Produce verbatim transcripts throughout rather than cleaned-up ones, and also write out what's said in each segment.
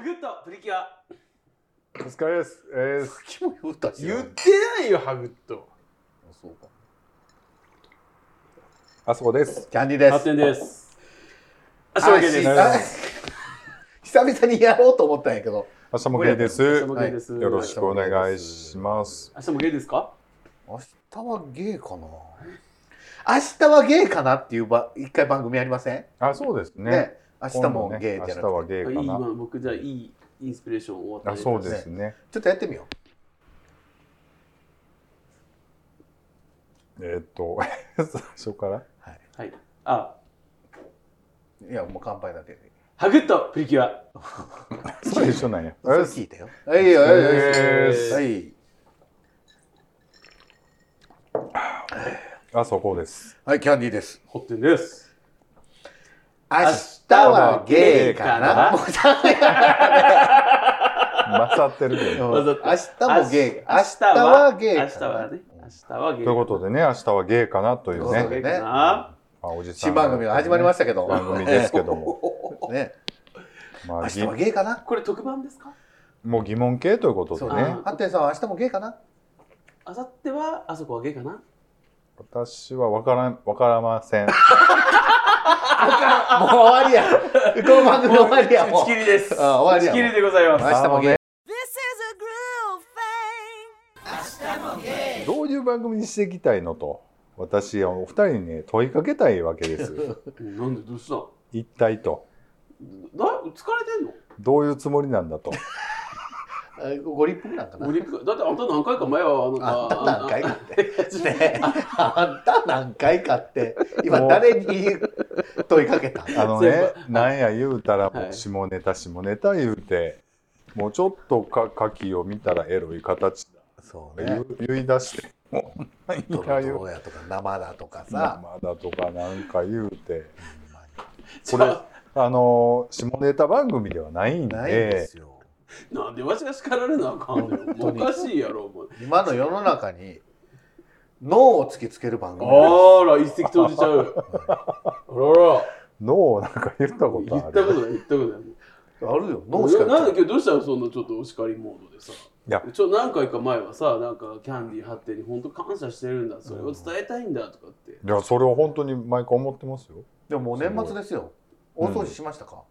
グッとプリキュアお疲れです。えー、 君も言ったし言ってないよハグッと。 そうか。 あそこです。 キャンディーです。 発展です。 あ明日もゲイです。 あ久々にやろうと思ったんやけど。 明日もゲイです。 明日もゲイです。 よろしくお願いします。 明日もゲイですか？ 明日はゲイかな。明日はゲイかなっていうば一回番組ありません？ あ、そうですね。 ね、明日もゲイじゃなくて、 明日はゲイかな。 いい今僕じゃあいいインスピレーションをお与えあ、そうですね。 ちょっとやってみよう。えー、っと最初から。はい。 はい。あ、 いやもう乾杯だけで。 ハグッとプリキュア。 それ一緒なんや。 それ聞いたよ。はいはいはいはい。 あそこです。 はい、キャンディーです。 発展です。 明日はゲイかな。 混ざってるけど。 明日もゲイ。 明日はゲイ。明日はね。明日はゲイ。 ということでね、明日はゲイかなというね。 ね。 まあおじさん新番組が始まりましたけど。 番組ですけども。 ね。 まあ明日はゲイかな。 これ特番ですか？ もう疑問系ということでね。 ハッテンさんは明日もゲイかな。 あさってはあそこはゲイかな。 私は分からん、分からません。 もう終わりや。この番組終わりや。 打ち切りです。 あ、終わりや。 打ち切りでございます。 明日もゲイ。 どういう番組にしていきたいのと、私はお二人にね問いかけたいわけです。 なんでどうした？ 一体と。 だ疲れてんの？ どういうつもりなんだと。 ご立腹なんかな。 ご立腹だってあんた何回か前はあのあんた何回かってね、あんた何回かって今誰に問いかけた？ あのね、なんや言うたらもう下ネタ下ネタ言うて、もうちょっとか牡蠣を見たらエロい形だ。 そうね。 言い出して、もうトロトロやとか生だとかさ、 生だとかなんか言うて、これあの下ネタ番組ではないんで。 ないんですよ。 なんでわしが叱られなあかんのよ。おかしいやろお前。 今の世の中に脳を突きつける番組。 あら一石投じちゃう。あらら。 脳なんか言ったことある。 言ったことない言ったことない。 あるよ。脳しか。 なんだけどどうしたのそんなちょっとお叱りモードでさ。 いやちょ何回か前はさなんかキャンディー貼ってに本当感謝してるんだそれを伝えたいんだとかって。 いやそれは本当に毎回思ってますよ。 でももう年末ですよ。大掃除しましたか？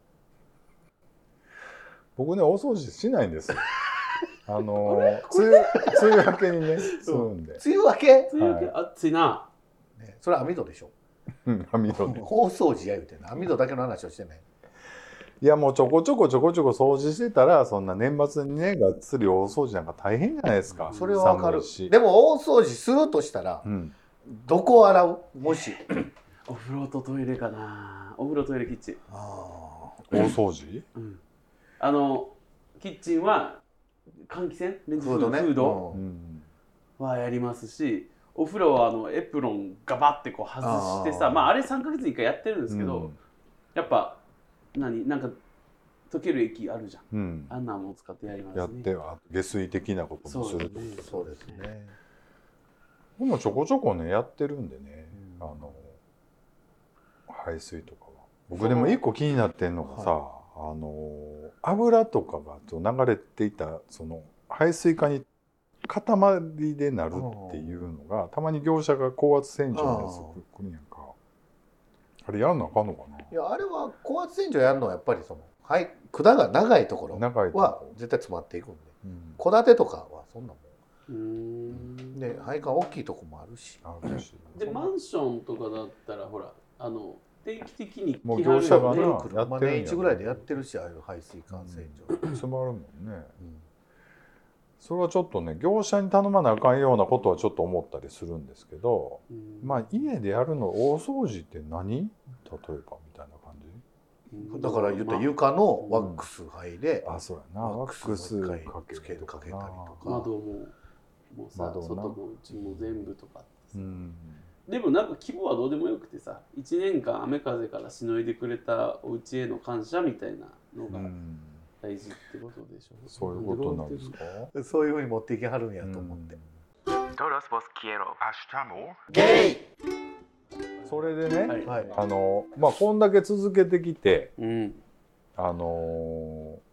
僕ね、大掃除しないんですよ。あの梅雨梅雨明けにねするんで。 梅雨明け？ 梅雨明け暑いな。 それは網戸でしょ。 網戸で。 大掃除や言うてんの。網戸だけの話をしてない。 いやもうちょこちょこちょこちょこ掃除してたらそんな年末にねがっつり大掃除なんか大変じゃないですか。 それはわかる。でも大掃除するとしたら、うん、どこを洗う？もしお風呂とトイレかな。お風呂トイレキッチン。 あ大掃除？ うん。あのキッチンは換気扇レンジフード、ね、フードはやりますし、お風呂はあのエプロンガバってこう外してさ、あまああれさんかげつにいっかいやってるんですけど、うん、やっぱ何なんか溶ける液あるじゃん、うん、あんなも使ってやりますね。 やっては下水的なこともすると。 そうですね。 でもちょこちょこねやってるんでね、うん、あの排水とかは。僕でも一個気になってんのがさ、はい、あの油とかが流れていたその排水管に塊でなるっていうのがたまに業者が高圧洗浄のやつ来るんやんか。あれやるのあかんのかな。 いやあれは高圧洗浄やるのはやっぱりその、はい、管が長いところは絶対詰まっていくんで、戸、うん、建てとかはそんなもん。うーんで配管大きいとこもあるし。あるしでマンションとかだったらほらあの定期的にもう業者がなやってる年一ぐらいでやってるし、ああいう排水管洗浄詰まるもんね、うん、それはちょっとね業者に頼まなあかんようなことはちょっと思ったりするんですけど、うん、まあ家でやるの大掃除って何？例えばみたいな感じ。 だから言ったら床のワックス剥いで、 うん、あそうやなワックスかけたりとか窓ももうさ外も内も全部とかってさ、うんでもなんか規模はどうでもよくてさいちねんかん雨風からしのいでくれたお家への感謝みたいなのが大事ってことでしょ、うん、 そういうことなんですか。 そういうふうに持っていきはるんやと思って、うん、 Todos vos quiero. 明日もゲイ。 それでね、 はい、 あのまあこんだけ続けてきて、 うん、 あの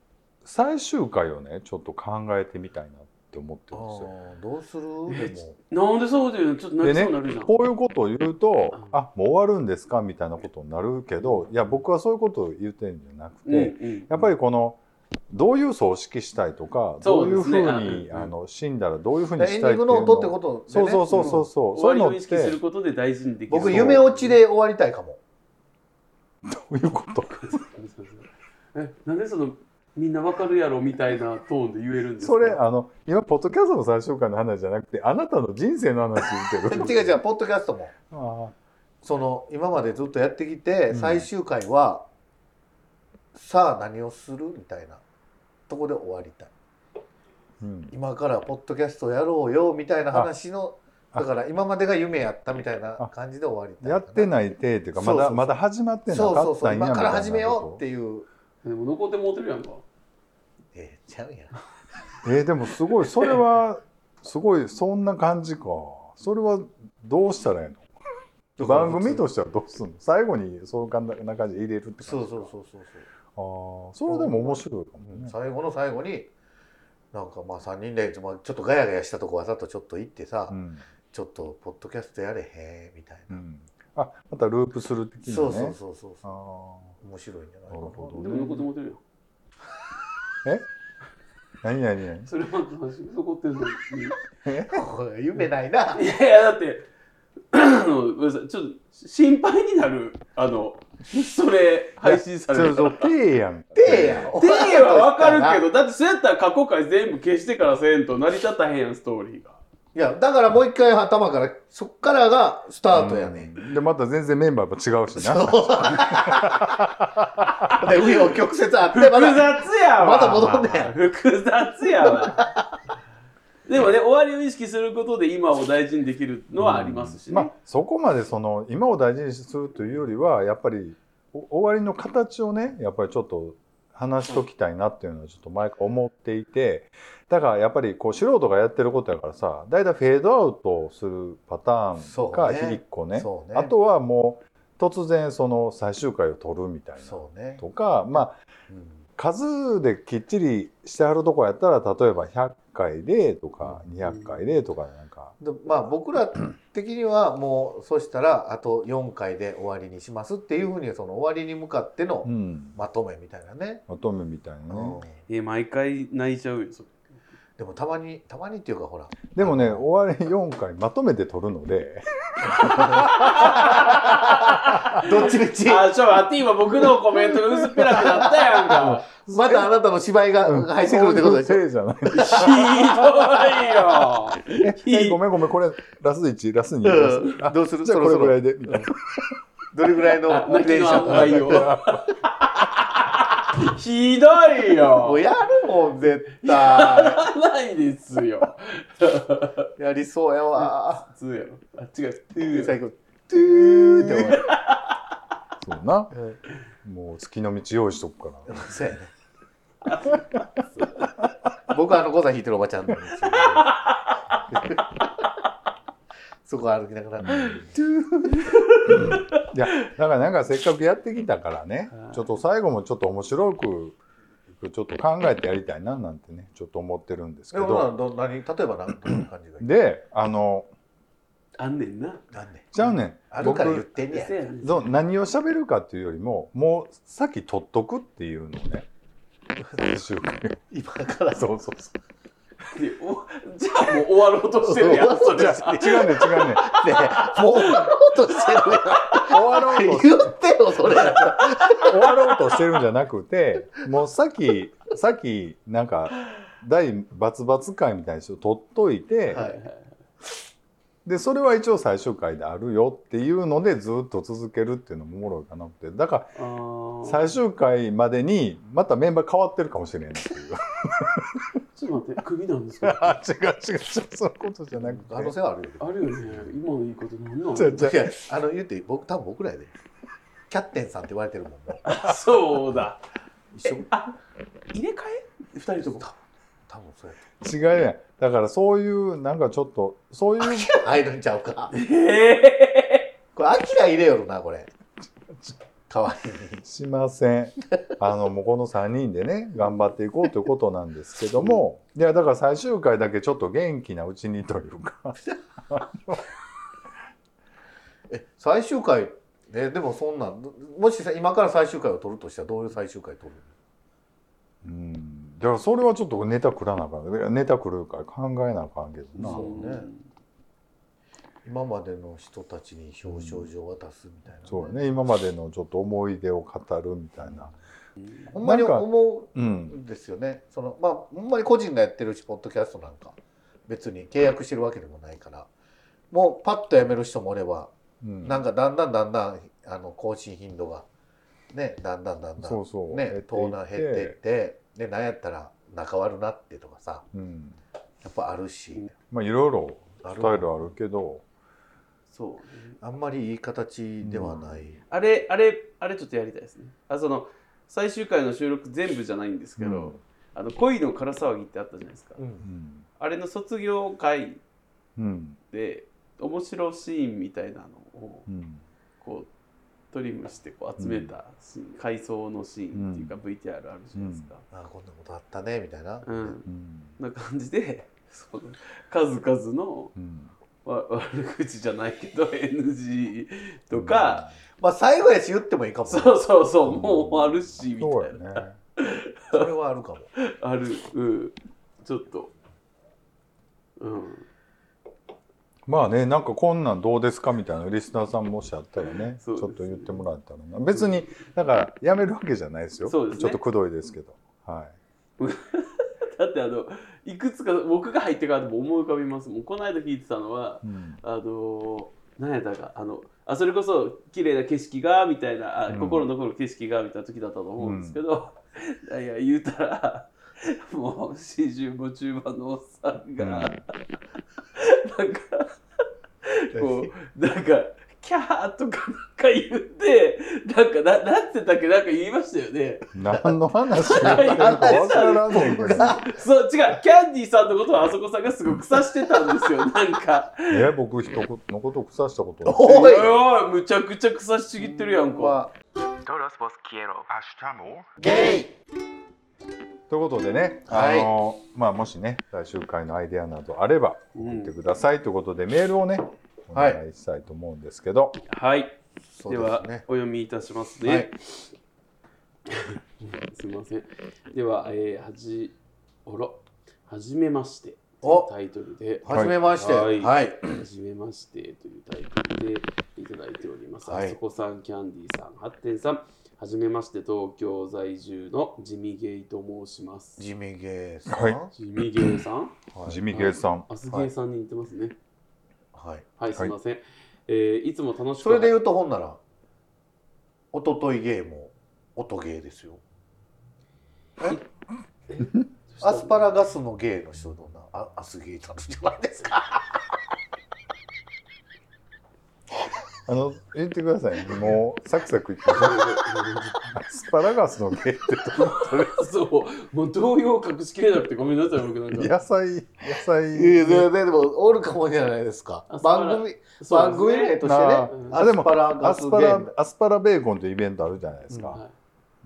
最終回をねちょっと考えてみたいなって思ってるんですよ。 どうするでもなんでそういうのちょっと泣きそうになるじゃん。 こういうことを言うと、うん、あもう終わるんですかみたいなことになるけど、いや僕はそういうことを言ってるんじゃなくて、うんうん、やっぱりこのどういう葬式したいとか、どういうふうにあの死んだらどういうふうにしたいっていうのをエンディングノートってことでね、そうそうそうそう、 終わりを意識することで大事にできる。 僕夢落ちで終わりたいかも。 どういうことえ、なんでそのみんなわかるやろみたいなトーンで言えるんですか。 それあの今ポッドキャストの最終回の話じゃなくて、あなたの人生の話言ってる。 違う違う、ポッドキャストもあその今までずっとやってきて、うん、最終回はさあ何をするみたいなとこで終わりたい、うん、今からポッドキャストやろうよみたいな話の、だから今までが夢やったみたいな感じで終わりたい。 やってないてっていうか、まだまだ始まってなかったんや。 そうそうそう、今から始めようっていう。 でも残ってもうてるやんか。 えー、ちゃうやん。 えー、でもすごいそれはすごいそんな感じか。それはどうしたらいいの？番組としてはどうするの？最後にそういう感じな感じで入れるって感じ。 そうそうそうそうそう。 ああ、それでも面白いかもね。 最後の最後になんかまあさんにんでちょっとガヤガヤしたとこわざとちょっと行ってさ、うん、ちょっとポッドキャストやれへんみたいな、うん、 あ、またループする的なね。 そうそうそうそうそう。面白いんじゃないかな。なるほど、ね。でも残ってもてるよ。 え？何何何？ それまた話残ってるのに。 え？夢ないな。 いやいやだってあのごめんなさい、ちょっと心配になる。あのそれ配信されるから。 そうそう、てやん。 てやん。 てはわかるけど、だってそうやったら過去回全部消してからせんと成り立たへんやん、ストーリーが。 いやだからもう一回頭からそっからがスタートやね、 うん、でまた全然メンバーも違うしな。 で紆余曲折あってまだ複雑やわ。 まだ戻んねや。 複雑やわ。でもね、終わりを意識することで今を大事にできるのはありますしね。 うん、まあそこまでその今を大事にするというよりはやっぱり終わりの形をねやっぱりちょっと話しときたいなっていうのはちょっと前から思っていて、だからやっぱりこう素人がやってることやからさ、だいたいフェードアウトするパターンがいっこ ね, ね, ねあとはもう突然その最終回を取るみたいなとか、ね、まあ、うん、数できっちりしてあるとこやったら例えばひゃっかいでとかにひゃっかいでとかなんか、 でまあ僕ら的にはもうそしたらあとよんかいで終わりにしますっていうふうにその終わりに向かってのまとめみたいなね、 うん、まとめみたいなね、 うん、え毎回泣いちゃうよ。 でもたまにたまにっていうかほらでもね終わりよんかいまとめて撮るのでどっちみちあちょっと待って今僕のコメントが薄っぺらくなったやんかまたあなたの芝居が入ってくるってことでしょ。 せいじゃない。ひどいよえごめんごめんこれラスいちラスに、 うん、どうするじゃあこれぐらいでみたいなどれぐらいのテンションひどいよ。 もうやるもん絶対。 やらないですよ。 やりそうやわ。 普通やろ。あ違う。トゥー最後トゥーって終わる。 そうな。うん、もう月の道用意しとくから。 そうやね。僕はあのゴザ弾いてるおばちゃんなんですよ。そこ歩きながら、うん、いやだからなんかせっかくやってきたからね、ちょっと最後もちょっと面白くちょっと考えてやりたいななんてねちょっと思ってるんですけど。 ど何例えば何どんな感じがいい？ であのあんねんな。 なんで？ じゃあね、 あるから言ってんねや。 ど何を喋るかっていうよりももうさっき取っとくっていうのをね。 今からそうそうそう。 でおじゃあもう終わろうとしてるやん。それ違うね違うね。 ねもう終わろうとしてるやん。 終わろうと言ってよそれ。 終わろうとしてるんじゃなくて、もうさっきさっきなんか大バツバツ会みたいにして取っといて、はいはい、でそれは一応最終回であるよっていうのでずっと続けるっていうのもおもろいかなって。だから最終回までにまたメンバー変わってるかもしれないっていう。 ちょっと待って、クビなんですか？ 違う違う違う、そういうことじゃなくて。 可能性はあるよ。 あるよね。今のいいことなんなん？ じゃじゃあの言って僕多分僕らやで。キャッテンさんって言われてるもんね。 そうだ。 一緒。 あ、入れ替え？二人とも。 多分そうや。 違うやん。だからそういうなんかちょっとそういう入るんちゃうか。 ええー。これアキラ入れよるなこれ。 代わりにしません。あのもうこのさんにんでね頑張っていこうということなんですけども、いやだから最終回だけちょっと元気なうちにというかえ最終回えでもそんなもしさ今から最終回を撮るとしたらどういう最終回撮る？ うんだからそれはちょっとネタくらなあかんネタくるから考えなあかんけどな。 そうね。今までの人たちに表彰状を渡すみたいな、ね、 そうね今までのちょっと思い出を語るみたいな、 うん、ほんまに思うんですよね、うん、そのまあほんまに個人がやってるしポッドキャストなんか別に契約してるわけでもないからもうパッとやめる人もおれば、うん、なんかだんだんだんだんあの更新頻度がねだんだんだんだんそうそうね盗難減っていってでなんやったら仲悪なってとかさ、うん、やっぱあるし、 まあいろいろスタイルあるけどそうね、 あんまりいい形ではない、うん、 あれあれあれちょっとやりたいですね。あその最終回の収録全部じゃないんですけど、うん、あの恋のから騒ぎってあったじゃないですか、うん、あれの卒業回で、うん、面白シーンみたいなのを、うん、こうトリムしてこう集めたシーン、うん、回想のシーンっていうか ブイティーアール あるじゃないですか、 うん、あこんなことあったねみたいな、うんうん、な感じでその数々の、うん悪口じゃないけど エヌジー とか、 うん、まあ最後やし言ってもいいかも、ね、 そうそうそうもうあるしみたいな、ね、 それはあるかもある、うん、ちょっとうんまあねなんかこんなんどうですかみたいなリスナーさんもしあったらね、ねちょっと言ってもらったらな別にだからやめるわけじゃないですよそうです、ね、ちょっとくどいですけどはいだってあのいくつか僕が入ってからでも思い浮かびますもん。この間聞いてたのは、うん、あの何やったかあのあそれこそ綺麗な景色がみたいなあ、うん、心残る景色がみたいな時だったと思うんですけど、うん、いや言うたらもうよんじゅうご中盤のおっさんが、うん、なんかこうなんかキャーとかなんか言ってなんかななんて言ったっけなんか言いましたよね。 何の話を言ってるか分からんねんけど。 そう違うキャンディーさんのことをあそこさんがすごく腐してたんですよなんか。 え僕人のこと腐したことない。 おいおいむちゃくちゃ腐しちぎってるやんか。 ゲイということでね、はい、あのまあもしね最終回のアイデアなどあれば送ってください、うん、ということでメールをね。お願いしたいと思うんですけど、 はい、はい、では、ね、お読みいたしますね、はい、すみませんでは、えー、はじおろはじめましてというタイトルではじめましてはい、はい、はじめましてというタイトルでいただいております、はい、あそこさんキャンディーさんはってんさんはじめまして東京在住のジミゲイと申します。 ジミゲイさん、 はい、 ジミゲイさん、 はい、ジミゲイさんアスゲイさんに似てますね。 はい、 はい、すみません、はい、えー、いつも楽しくそれで言うとほんならおとといゲーも音ゲーですよ。えアスパラガスのゲーの人どんなあアスゲーさんじゃないですかあの言ってくださいもうサクサク言ってアスパラガスのゲーってどういうことですか。そうもう動揺を隠しきれなくてごめんなさい僕なんか野菜野菜いやででもおるかもじゃないですか番組番組名としてね、 うん、アスパラガスゲームアスパラベーコンというイベントあるじゃないですか、うんはい、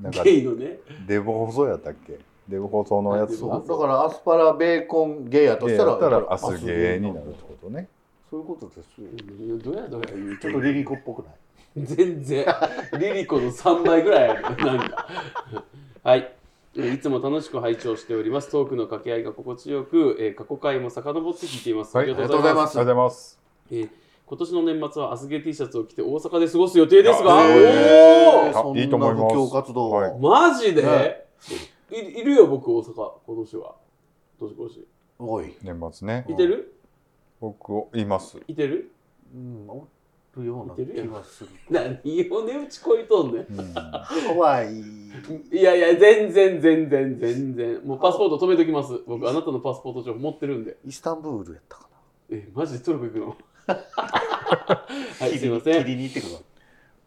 なんかゲイのねデブ放送やったっけデブ放送のやつだからアスパラベーコンゲーやとしたらゲーやったらアスゲーになるってことね。 そういうことですよ。 どうやどうや言うちょっとリリコっぽくない全然リリコのさんばいぐらいあるなんかはいいつも楽しく拝聴しております。トークの掛け合いが心地よく、えー、過去回も遡って聞いています、 はい、ありがとうございます。ありがとうございます、 えー、今年の年末はアスゲー T シャツを着て大阪で過ごす予定ですが、 えー、おーいいと思います。 布教活動、 はい、マジで、ね、い, いるよ僕大阪今年は年越しおい年末ねいてる僕いますいてるうんおるような気がする何を値打ちこいとんねん、うん、 怖いいやいや全然全然全然もうパスポート止めときます僕あなたのパスポート情報持ってるんで。 イスタンブールやったかな。 えマジでトルコ行くのはいすいません切りに行ってくるわ。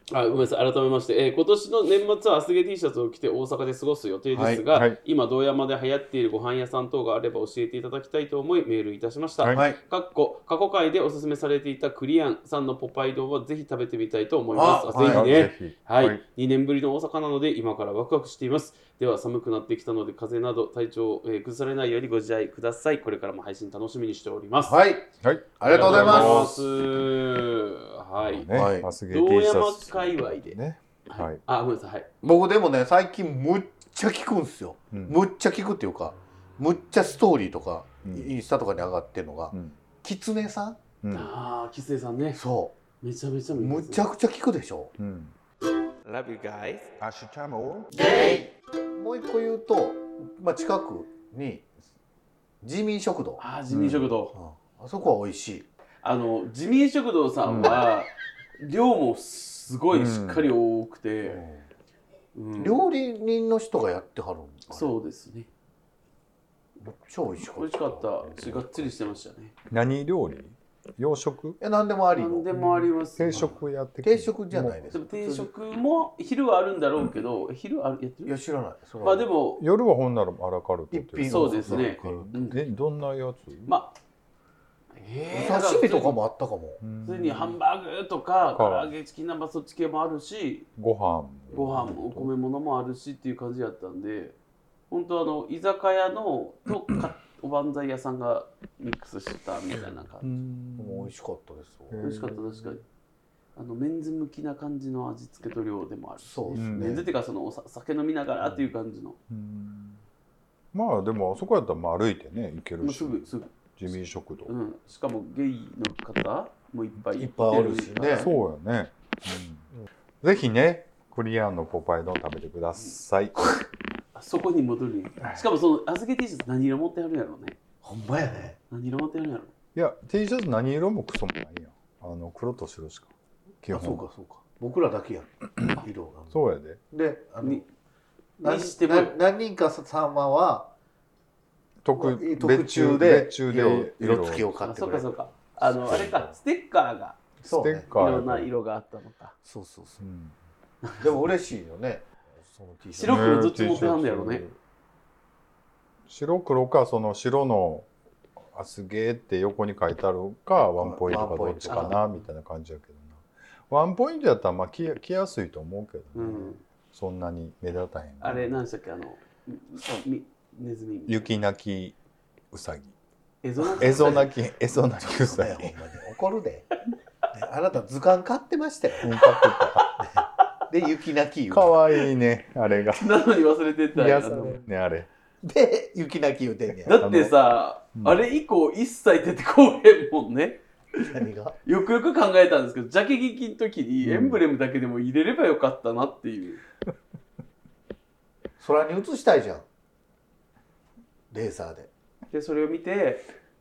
あ、ごめんなさい。改めまして、えー、今年の年末はアスゲ T シャツを着て大阪で過ごす予定ですが、はいはい、今堂山で流行っているご飯屋さん等があれば教えていただきたいと思いメールいたしました。はい、かっこ過去回でおすすめされていたクリアンさんのポパイ丼はぜひ食べてみたいと思います。あ、ぜひね、はい、はい、にねんぶりの大阪なので今からワクワクしています。では寒くなってきたので風邪など体調を、えー、崩されないようにご自愛ください。これからも配信楽しみにしております。 はい、はい、ありがとうございます。 はい、 ね、はい、 堂山界隈で、ね、はい、あ、ごめんなさい、はい、 僕でもね最近むっちゃ聞くんですよ、うん、むっちゃ聞くっていうかむっちゃストーリーとか、うん、インスタとかに上がってるのが、うん、キツネさん、 うん、ああキツネさんね、 そうめちゃめちゃ見むちゃくちゃ聞くでしょ、うん、 Love you guys アッシュチャムゲイもう一個言うと、まあ、近くにジミー食堂、 あジミー食堂、 うん、あそこは美味しい。 あのジミー食堂さんは、うん、量もすごいしっかり多くて、 うんうん、料理人の人がやってはるんですかね。 そうですね。 めっちゃ美味しかった。 美味しかったしがっつりしてましたね。 何料理？洋食？ え、何でもありの。 何でもあります。 定食やって定食じゃないです。 でも定食も昼はあるんだろうけど、昼あるやってる？ いや知らない。 まあでも夜はほんならアラカルトって。 そうですね。 え、どんなやつ？ まあ。 えー、刺身とかもあったかも。 普通にハンバーグとか唐揚げチキン南蛮そっち系もあるし、 ご飯ご飯もお米物もあるしっていう感じやったんで、本当あの居酒屋のとかおばんざい屋さんがミックスしたみたいな感じ。 美味しかったです。 美味しかった確かに。あのメンズ向きな感じの味付けと量でもあるし、 そうですね。 メンズっていうかそのお酒飲みながらっていう感じの。 まあでもあそこやったら歩いてね行けるし。 すぐすぐ。 ジミー食堂、 うん、しかもゲイの方もいっぱいいっぱいあるしね。 そうやね、うん、ぜひねクリアンのポパイ丼食べてください、うん、 あそこに戻る。しかもその預け T シャツ何色持ってはるんやろうね。 ほんまやね。 何色持ってはるんやろ。 いや T シャツ何色もクソもないやん。あの黒と白しか基本。そうかそうか僕らだけや色がそうやで。 であのに何, 何人か様は特特注で色色付きを買ってくれる。 そうかそうか。あのあれかステッカーがステッカーいろんな色があったのか。 そうそうそう。うん、でも嬉しいよね。 その T シャツ。白黒どっち持ってはんのやろね。 白黒かその白のアスゲーって横に書いてあるかワンポイントかどっちかなみたいな感じやけどな。ワンポイントやったらまあ着着やすいと思うけどね。うん、そんなに目立たへん。 あれ何でしたっけあのみネズミ雪泣きうさぎ。 エゾ泣きエゾ泣きエゾ泣きうさぎ。 ほんまに怒るで。あなた図鑑買ってましたよ。 買ってた。 で雪泣き。 かわいいねあれが。 なのに忘れてた。 いやねあれ。 で雪泣き言うてんねん。 だってさ あ,、うん、あれ以降一切出てこへんもんね。 何が？ よくよく考えたんですけどジャケ聞きの時にエンブレムだけでも入れればよかったなっていう。 うん、空に映したいじゃん。レーサーで。 でそれを見て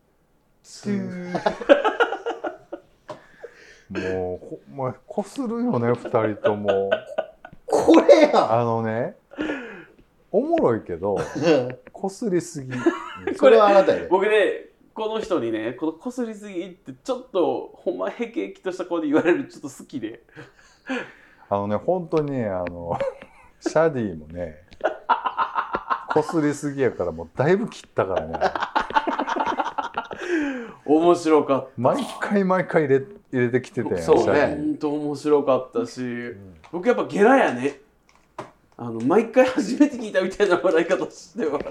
もうまあこするよねふたりとも。 これやあのねおもろいけどこすりすぎ。 それはあなたやで。 僕ねこの人にねこのこすりすぎってちょっとほんまへけへきとした子で言われるちょっと好きで。 あのね本当にねあのシャディもねこすりすぎやからもうだいぶ切ったからね。 面白かった。 毎回毎回入れ入れてきてたやん。 そうね。本当面白かったし、うん、僕やっぱゲラやね。あの毎回初めて聞いたみたいな笑い方して笑った。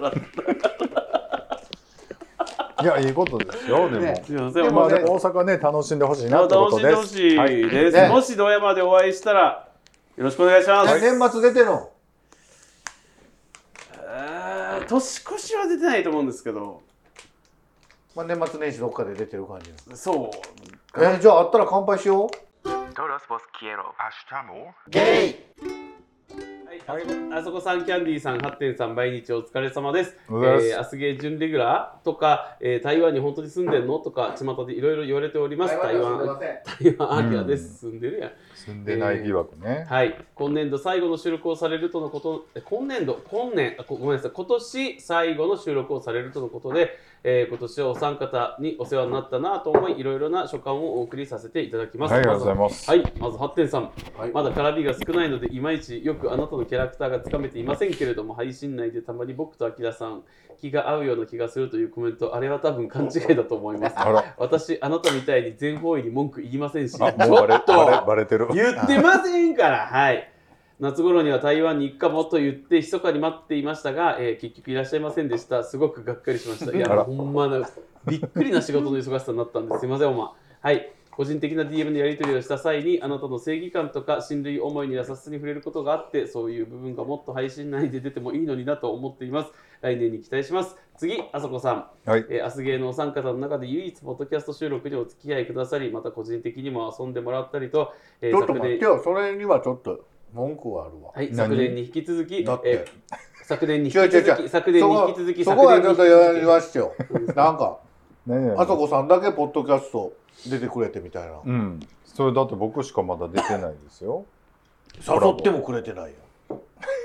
いやいいことですよでも。 ね、 でもでもね大阪ね楽しんでほしいなってことです。 楽しんでほしいです。はいね、もし堂山でお会いしたらよろしくお願いします。 はい、年末出ての。 年越しは出てないと思うんですけど、 まあ、年末年始どっかで出てる感じです。 そうえー、じゃああったら乾杯しよう。 Todos vos quiero. ゲイ。 はい、 はい、あそこさん、キャンディーさん、ハッテンさん、毎日お疲れ様です。 お疲れ様です。 えー、アスゲー準レギュラーとか、えー、台湾に本当に住んでんのとか、巷でいろいろ言われております。台湾、台湾アキラです。住んでるやん。 住んでない疑惑ね、 えー。はい。今年度最後の収録をされるとのこと、今年度、今年、ごめんなさい、今年最後の収録をされるとのことで、えー、今年はお三方にお世話になったなと思い、いろいろな所感をお送りさせていただきます。 はい、ありがとうございます。 はい、まずハッテンさん、はい、まだ絡みが少ないのでいまいちよくあなたのキャラクターがつかめていませんけれども、配信内でたまに僕とアキラさん気が合うような気がするというコメント、あれは多分勘違いだと思います。あら、私あなたみたいに全方位に文句言いませんし、ちょっとバレバレバレてる言ってませんから。はい、夏頃には台湾に行くかもと言って密かに待っていましたが、えー、結局いらっしゃいませんでした。すごくがっかりしました。いや、ほんまなびっくりな仕事の忙しさになったんです。すいません、おま。はい。個人的な ディーエム のやり取りをした際に、あなたの正義感とか親類思いに優しさに触れることがあって、そういう部分がもっと配信内で出てもいいのになと思っています。来年に期待します。次、あそこさん。はい、えー、アスゲーのお三方の中で唯一ポッドキャスト収録にお付き合いくださり、また個人的にも遊んでもらったりと、 えー、ちょっと待ってよ、それにはちょっと文句はあるわ。 はい、昨年に引き続き、 だって、 えー、昨年に引き続き、昨年に引き続き、 そこはちょっと言わしてよ。なんか、あそこさんだけポッドキャスト出てくれてみたいな。 うん。それだって僕しかまだ出てないですよ。 誘ってもくれてないよ。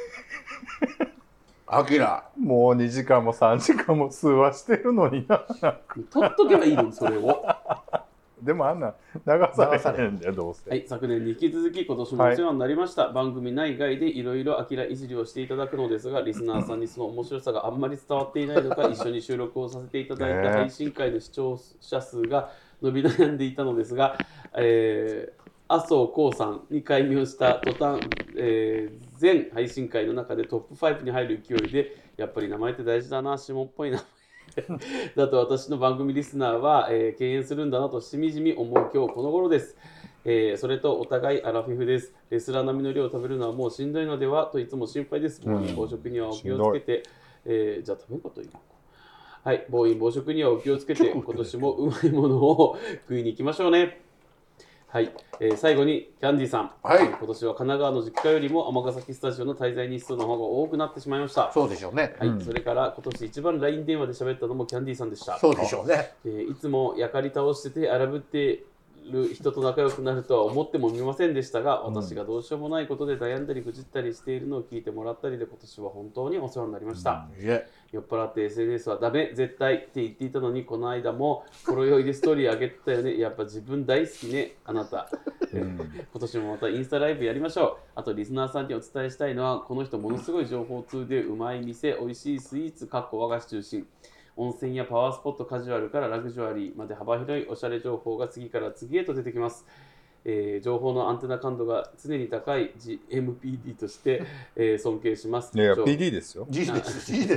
アキラ。 もうにじかんもさんじかんも通話してるのにな。 取っとけばいいのに、それを。 でもあんな流されへんだよ、どうせ。 はい、昨年に引き続き今年もお世話になりました。はい、番組内外でいろいろアキラいじりをしていただくのですが、リスナーさんにその面白さがあんまり伝わっていないのか、一緒に収録をさせていただいた配信会の視聴者数が伸び悩んでいたのですが、えー、麻生浩さんに改名した途端、えー、全配信会の中でトップごに入る勢いで、やっぱり名前って大事だな、下っぽい名前だと私の番組リスナーは、えー、敬遠するんだなとしみじみ思う今日この頃です。えー、それとお互いアラフィフです。レスラー並みの量を食べるのはもうしんどいのではといつも心配です。暴飲暴食にはお気をつけて、えー、じゃあ食べることいいのか。はい、暴飲暴食にはお気をつけて、今年もうまいものを食いに行きましょうね。はい、えー、最後にキャンディーさん、 はい、 今年は神奈川の実家よりも尼崎スタジオの滞在日数の方が多くなってしまいました。 そうでしょうね。 はい、 うん、 それから今年一番 ライン 電話で喋ったのもキャンディーさんでした。 そうでしょうね。 えー、いつもやかり倒してて荒ぶってる人と仲良くなるとは思ってもみませんでしたが、私がどうしようもないことで悩んだり愚痴ったりしているのを聞いてもらったりで、今年は本当にお世話になりました。うん、酔っ払って エスエヌエス はダメ絶対って言っていたのに、この間もほろ酔いでストーリー上げてたよね。やっぱ自分大好きねあなた。うん、今年もまたインスタライブやりましょう。あとリスナーさんにお伝えしたいのは、この人ものすごい情報通でうまい店、美味しいスイーツ、かっこ和菓子中心、温泉やパワースポット、カジュアルからラグジュアリーまで幅広いおしゃれ情報が次から次へと出てきます。えー、情報のアンテナ感度が常に高い ジーエムピーディー として、えー、尊敬します。 いや ピーディー ですよ。 G です。G です。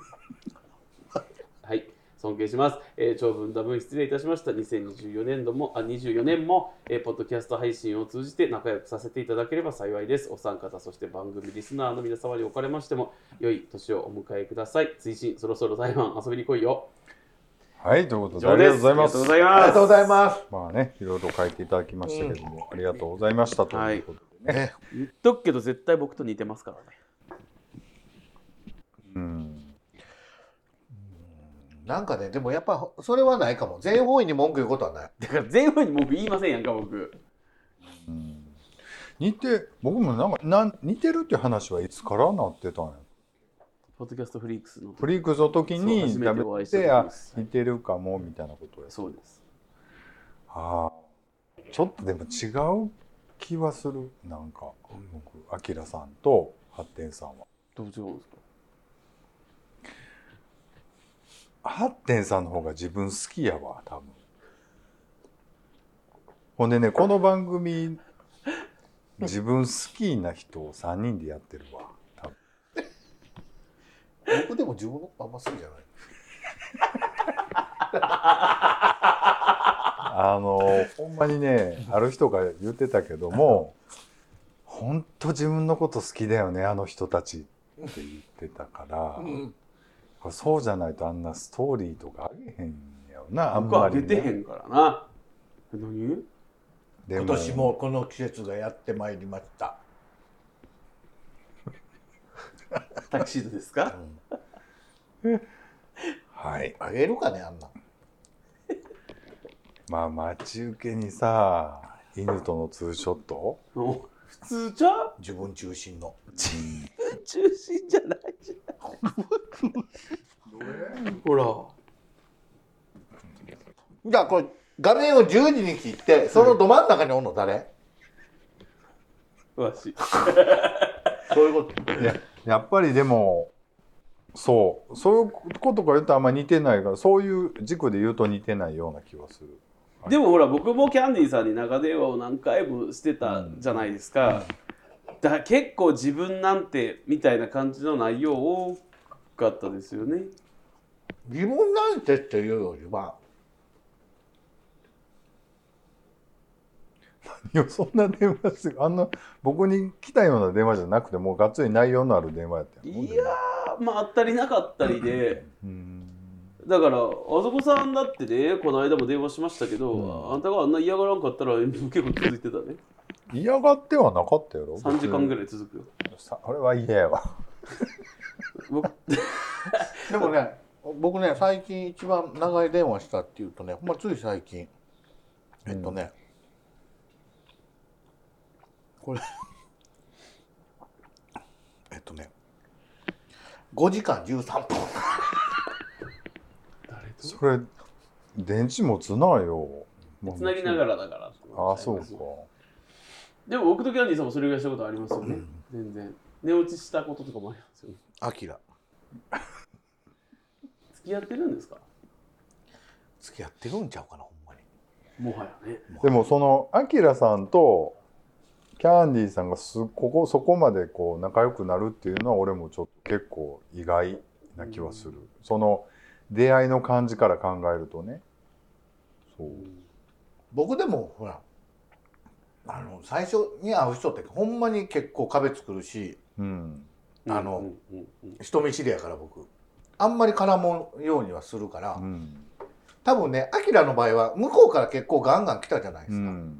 はい、尊敬します。えー、長文多文失礼いたしました。にせんにじゅうよねんどもあにじゅうよねんも、えー、ポッドキャスト配信を通じて仲良くさせていただければ幸いです。お三方、そして番組リスナーの皆様におかれましても良い年をお迎えください。追伸そろそろ台湾遊びに来いよ。 はい、ということでありがとうございます。 ありがとうございます。 まあね、いろいろ書いていただきましたけども、うん、ありがとうございましたということでね。はい、 言っとくけど絶対僕と似てますからね。 うん。なんかね、でもやっぱそれはないかも。全方位に文句言うことはない。 だから全方位に文句言いませんやんか僕。 うん、似て僕もなんかなん似てるっていう話はいつからなってたんや。 ポッドキャストフリークスのフリークスの時に食べてあ似てるかもみたいなことや。 そうです。 ああ、ちょっとでも違う気はする。なんか僕、アキラさんとハッテンさんは。 どう違うんですか。 ハッテンさんの方が自分好きやわ多分。ほんでね、この番組自分好きな人をさんにんでやってるわ。 僕でも自分のあんま好きじゃない。 あのほんまにね、ある人が言ってたけども、本当自分のこと好きだよねあの人たちって言ってたから、うん、そうじゃないとあんなストーリーとかあげへんやろな。あんまり、ね、 僕は出てへんからな。何？ 今年もこの季節がやってまいりました。 タキシードですか、 うん、はいあげるかねあんなまあ待ち受けにさ犬とのツーショット普通じゃ自分中心の自分中心じゃないじゃんほらじゃあこれ画面をじゅうじに切ってそのど真ん中におんの誰、 わしそういうこといややっぱりでもそうそういうことから言うとあんまり似てないからそういう軸で言うと似てないような気はする。 でもほら僕もキャンディーさんに長電話を何回もしてたじゃないですか、うん、だから結構自分なんてみたいな感じの内容多かったですよね。 自分なんてっていうよりは何をそんな電話してあんな僕に来たような電話じゃなくてもうがっつり内容のある電話やったよ。いやーまああったりなかったりでうんだからあそこさんだってねこの間も電話しましたけど、うん、あんたがあんな嫌がらんかったら結構続いてたね。 嫌がってはなかったやろ。 さんじかんぐらい続くよ。 あれは嫌やわでもね僕ね最近一番長い電話したっていうとねほんまつい最近えっとね、うん、これえっとねごじかんじゅうさんぷんそれ電池持つなよ。 つなぎながらだから。 ああそうか。 でも僕とキャンディーさんもそれぐらいしたことありますよね、うん、全然寝落ちしたこととかもありますよね。 アキラ付き合ってるんですか。 付き合ってるんちゃうかなほんまにもはやね。 でもそのアキラさんとキャンディーさんがすここそこまでこう仲良くなるっていうのは俺もちょっと結構意外な気はする、うん、その出会いの感じから考えるとね。そう僕でもほらあの最初に会う人ってほんまに結構壁作るし、うん、あの、うんうんうん、人見知りやから僕あんまり絡むようにはするから、うん、多分ねアキラの場合は向こうから結構ガンガン来たじゃないですか、うん、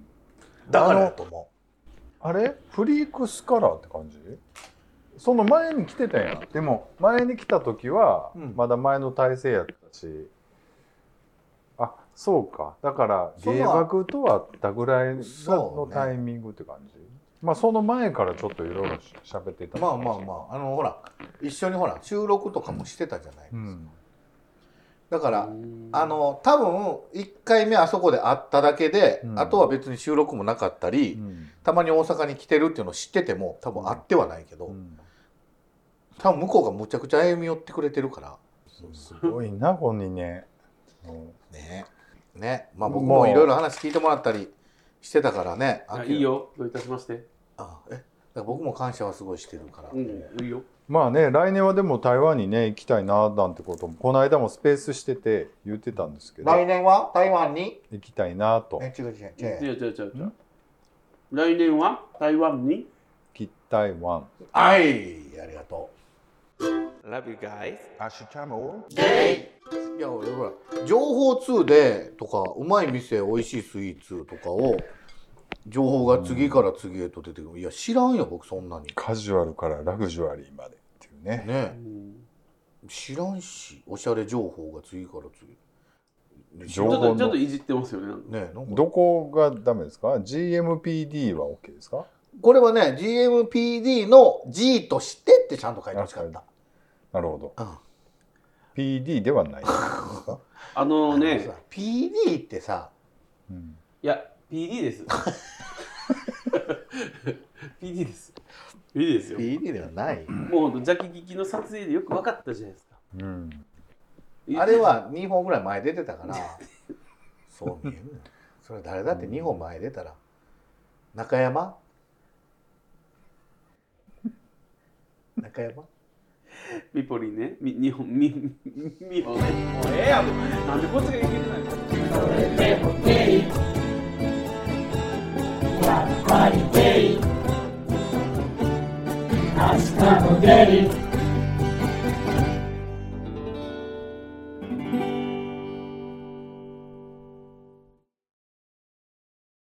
だからだと思う。 あれフリークスカラーって感じ。その前に来てたやん。でも前に来た時はまだ前の体制やったし、うん、あそうかだから芸爆とはあったぐらいのタイミングって感じ、ね、まあその前からちょっといろいろ喋ってた。 まあまあまああのほら一緒にほら収録とかもしてたじゃないですか、うん、だからあの多分いっかいめあそこで会っただけで、うん、あとは別に収録もなかったり、うん、たまに大阪に来てるっていうのを知ってても多分会ってはないけど、うん、多分向こうがむちゃくちゃ歩み寄ってくれてるからすごいな本人ね。 ねねまあ僕もいろいろ話聞いてもらったりしてたからね。 あいいよどういたしまして。 あえだから僕も感謝はすごいしてるから、うん、 いいよ。 まあね来年はでも台湾にね行きたいななんてこともこの間もスペースしてて言ってたんですけど来年は台湾に行きたいなと。 え違う違う違う違う違う違う来年は台湾に行きたい湾。 はいありがとう。 Love you guys。 アシュチャモいや俺ほら情報通でとかうまい店美味しいスイーツとかを情報が次から次へと出てくる、うん、いや知らんよ僕そんなに。 カジュアルからラグジュアリーまでっていうね。 ね、うん、知らんしおしゃれ情報が次から次。 ちょっとちょっといじってますよね。 ねなんかどこがダメですか。 ジーエムピーディー は OK ですか。 これはね ジーエムピーディー の G としてってちゃんと書いてほしかった。 なるほど、うん、ピーディー ではないあのねピーディー ってさ、 うん、いや ピーディー ですピーディー です ピーディー ですよ。 ピーディー ではない。 もう邪気聞きの撮影でよく分かったじゃないですか、うん、 あれはにほんぐらい前出てたからそう見える。それ誰だってにほん前出たら中山中山ミポリンね、み、日本、み、みほね、もうええやん、なんでこっちがいけてないの。それでもゲイ、やっぱりゲイ、明日もゲイ。